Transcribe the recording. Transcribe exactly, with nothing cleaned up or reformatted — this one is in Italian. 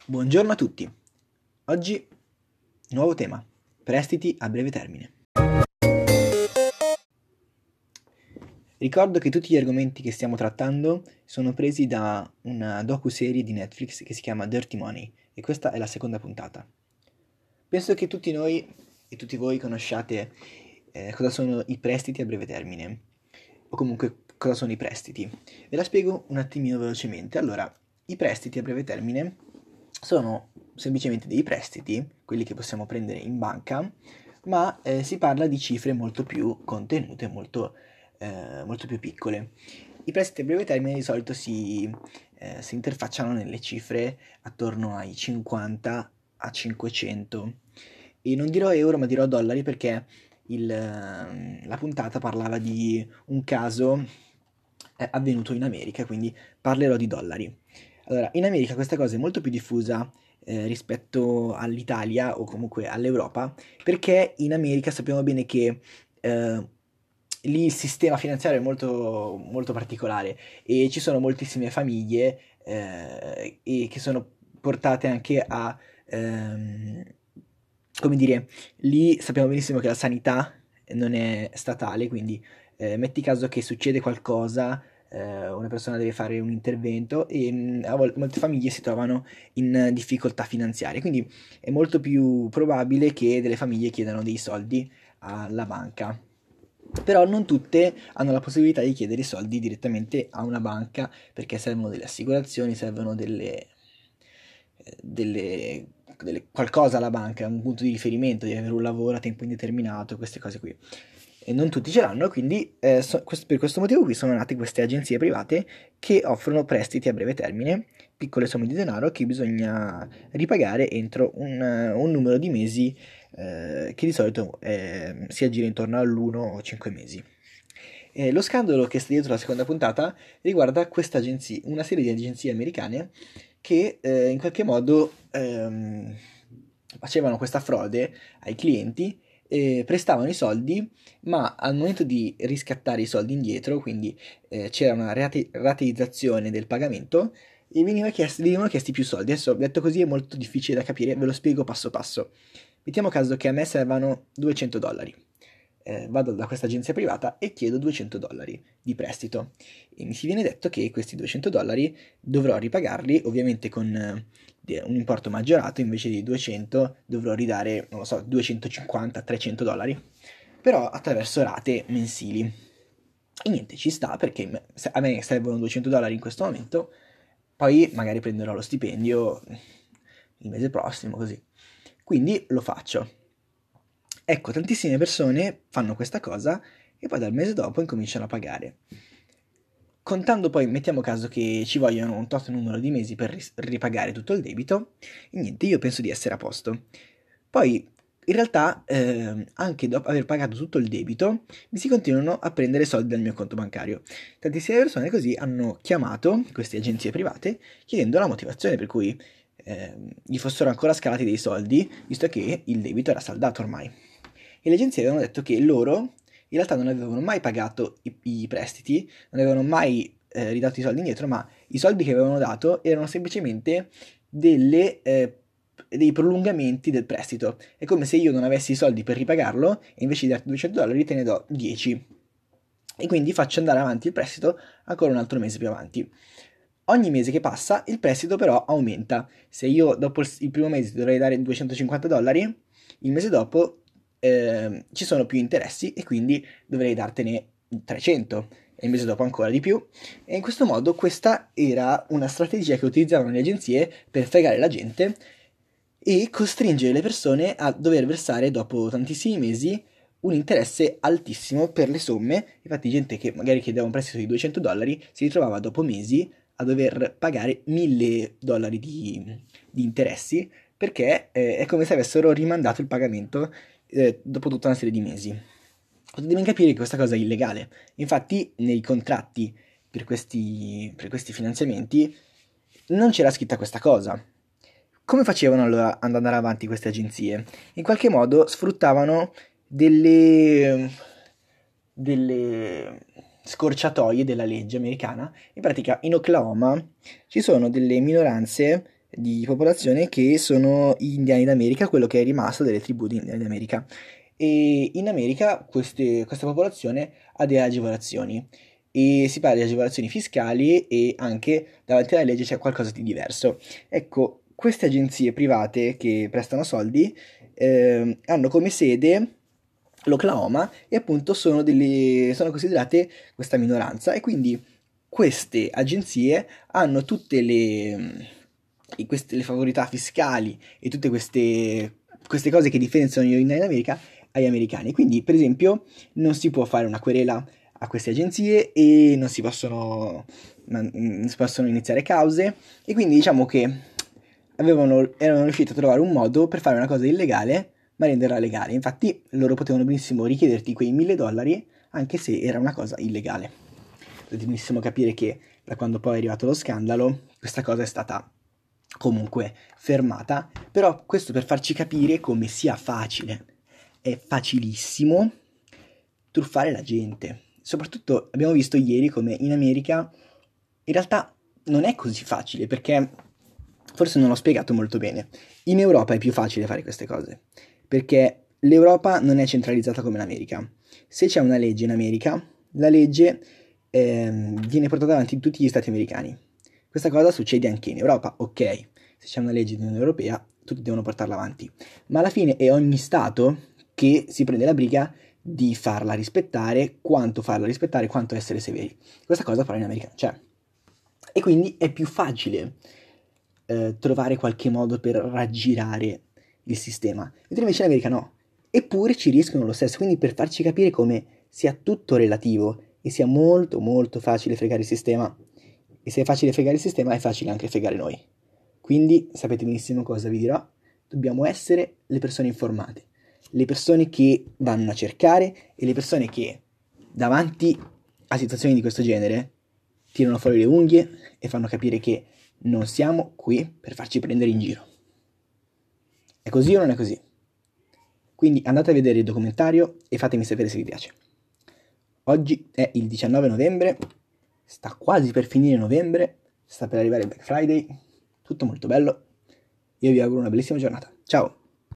Buongiorno a tutti. Oggi nuovo tema, prestiti a breve termine. Ricordo che tutti gli argomenti che stiamo trattando sono presi da una docuserie di Netflix che si chiama Dirty Money e questa è la seconda puntata. Penso che tutti noi e tutti voi conosciate eh, cosa sono i prestiti a breve termine o comunque cosa sono i prestiti. Ve la spiego un attimino velocemente. Allora, i prestiti a breve termine sono semplicemente dei prestiti, quelli che possiamo prendere in banca, ma eh, si parla di cifre molto più contenute, molto, eh, molto più piccole. I prestiti a breve termine di solito si, eh, si interfacciano nelle cifre attorno ai cinquanta a cinquecento. E non dirò euro, ma dirò dollari perché il, la puntata parlava di un caso eh, avvenuto in America, quindi parlerò di dollari. Allora, in America questa cosa è molto più diffusa eh, rispetto all'Italia o comunque all'Europa, perché in America sappiamo bene che eh, lì il sistema finanziario è molto, molto particolare e ci sono moltissime famiglie eh, e che sono portate anche a, ehm, come dire, lì sappiamo benissimo che la sanità non è statale, quindi eh, metti caso che succede qualcosa, eh, una persona deve fare un intervento e mh, a volte molte famiglie si trovano in difficoltà finanziarie, quindi è molto più probabile che delle famiglie chiedano dei soldi alla banca. Però non tutte hanno la possibilità di chiedere i soldi direttamente a una banca perché servono delle assicurazioni, servono delle, eh, delle, delle- qualcosa alla banca, un punto di riferimento, di avere un lavoro a tempo indeterminato, queste cose qui. E non tutti ce l'hanno, quindi eh, so- quest- per questo motivo qui sono nate queste agenzie private che offrono prestiti a breve termine, piccole somme di denaro che bisogna ripagare entro un, un numero di mesi eh, che di solito eh, si aggira intorno all'uno o cinque mesi. Eh, lo scandalo che sta dietro la seconda puntata riguarda questa agenzia, una serie di agenzie americane che eh, in qualche modo ehm, facevano questa frode ai clienti, eh, prestavano i soldi, ma al momento di riscattare i soldi indietro, quindi eh, c'era una rate- rateizzazione del pagamento, e veniva chiesti, venivano chiesti più soldi. Adesso detto così è molto difficile da capire, ve lo spiego passo passo. Mettiamo caso che a me servano duecento dollari. Eh, vado da questa agenzia privata e chiedo duecento dollari di prestito e mi si viene detto che questi duecento dollari dovrò ripagarli ovviamente con eh, un importo maggiorato, invece di duecento dovrò ridare, non lo so, duecentocinquanta trecento dollari, però attraverso rate mensili. E niente, ci sta perché a me servono duecento dollari in questo momento, poi magari prenderò lo stipendio il mese prossimo, così. Quindi lo faccio. Ecco, tantissime persone fanno questa cosa e poi dal mese dopo incominciano a pagare. Contando poi, mettiamo caso che ci vogliono un tot numero di mesi per ris- ripagare tutto il debito, e niente, io penso di essere a posto. Poi, in realtà, ehm, anche dopo aver pagato tutto il debito, mi si continuano a prendere soldi dal mio conto bancario. Tantissime persone così hanno chiamato queste agenzie private chiedendo la motivazione per cui ehm, gli fossero ancora scalati dei soldi, visto che il debito era saldato ormai. E le agenzie avevano detto che loro in realtà non avevano mai pagato i, i prestiti, non avevano mai eh, ridato i soldi indietro, ma i soldi che avevano dato erano semplicemente delle, eh, dei prolungamenti del prestito. È come se io non avessi i soldi per ripagarlo e invece di darti duecento dollari te ne do dieci. E quindi faccio andare avanti il prestito ancora un altro mese più avanti. Ogni mese che passa il prestito però aumenta. Se io dopo il, il primo mese dovrei dare duecentocinquanta dollari, il mese dopo eh, ci sono più interessi e quindi dovrei dartene trecento e il mese dopo ancora di più. E in questo modo questa era una strategia che utilizzavano le agenzie per fregare la gente e costringere le persone a dover versare dopo tantissimi mesi un interesse altissimo per le somme. Infatti gente che magari chiedeva un prestito di duecento dollari si ritrovava dopo mesi a dover pagare mille dollari di, di interessi perché eh, è come se avessero rimandato il pagamento eh, dopo tutta una serie di mesi. Potete ben capire che questa cosa è illegale. Infatti nei contratti per questi, per questi finanziamenti non c'era scritta questa cosa. Come facevano allora ad andare avanti queste agenzie? In qualche modo sfruttavano delle, delle scorciatoie della legge americana. In pratica in Oklahoma ci sono delle minoranze di popolazione che sono gli indiani d'America, quello che è rimasto delle tribù di indiani d'America. E in America queste- questa popolazione ha delle agevolazioni e si parla di agevolazioni fiscali e anche davanti alla legge c'è qualcosa di diverso. Ecco, queste agenzie private che prestano soldi ehm, hanno come sede l'Oklahoma e appunto sono, delle, sono considerate questa minoranza e quindi queste agenzie hanno tutte le, i- queste, le favorità fiscali e tutte queste, queste cose che differenziano in America agli americani. Quindi, per esempio, non si può fare una querela a queste agenzie e non si possono, non si possono iniziare cause e quindi diciamo che avevano, erano riusciti a trovare un modo per fare una cosa illegale ma renderla legale. Infatti loro potevano benissimo richiederti quei mille dollari anche se era una cosa illegale. Potete benissimo capire che da quando poi è arrivato lo scandalo questa cosa è stata comunque fermata, però questo per farci capire come sia facile, è facilissimo truffare la gente. Soprattutto abbiamo visto ieri come in America in realtà non è così facile perché forse non l'ho spiegato molto bene. In Europa è più facile fare queste cose perché l'Europa non è centralizzata come l'America. Se c'è una legge in America, la legge ehm, viene portata avanti in tutti gli stati americani. Questa cosa succede anche in Europa, ok, se c'è una legge dell'Unione Europea, tutti devono portarla avanti, ma alla fine è ogni Stato che si prende la briga di farla rispettare, quanto farla rispettare, quanto essere severi. Questa cosa però in America c'è. E quindi è più facile eh, trovare qualche modo per raggirare il sistema, mentre invece in America no. Eppure ci riescono lo stesso, quindi per farci capire come sia tutto relativo e sia molto molto facile fregare il sistema, e se è facile fregare il sistema è facile anche fregare noi. Quindi sapete benissimo cosa vi dirò, dobbiamo essere le persone informate, le persone che vanno a cercare e le persone che davanti a situazioni di questo genere tirano fuori le unghie e fanno capire che non siamo qui per farci prendere in giro. È così o non è così? Quindi andate a vedere il documentario e fatemi sapere se vi piace. Oggi è il diciannove novembre, sta quasi per finire novembre, sta per arrivare il Black Friday, tutto molto bello. Io vi auguro una bellissima giornata. Ciao!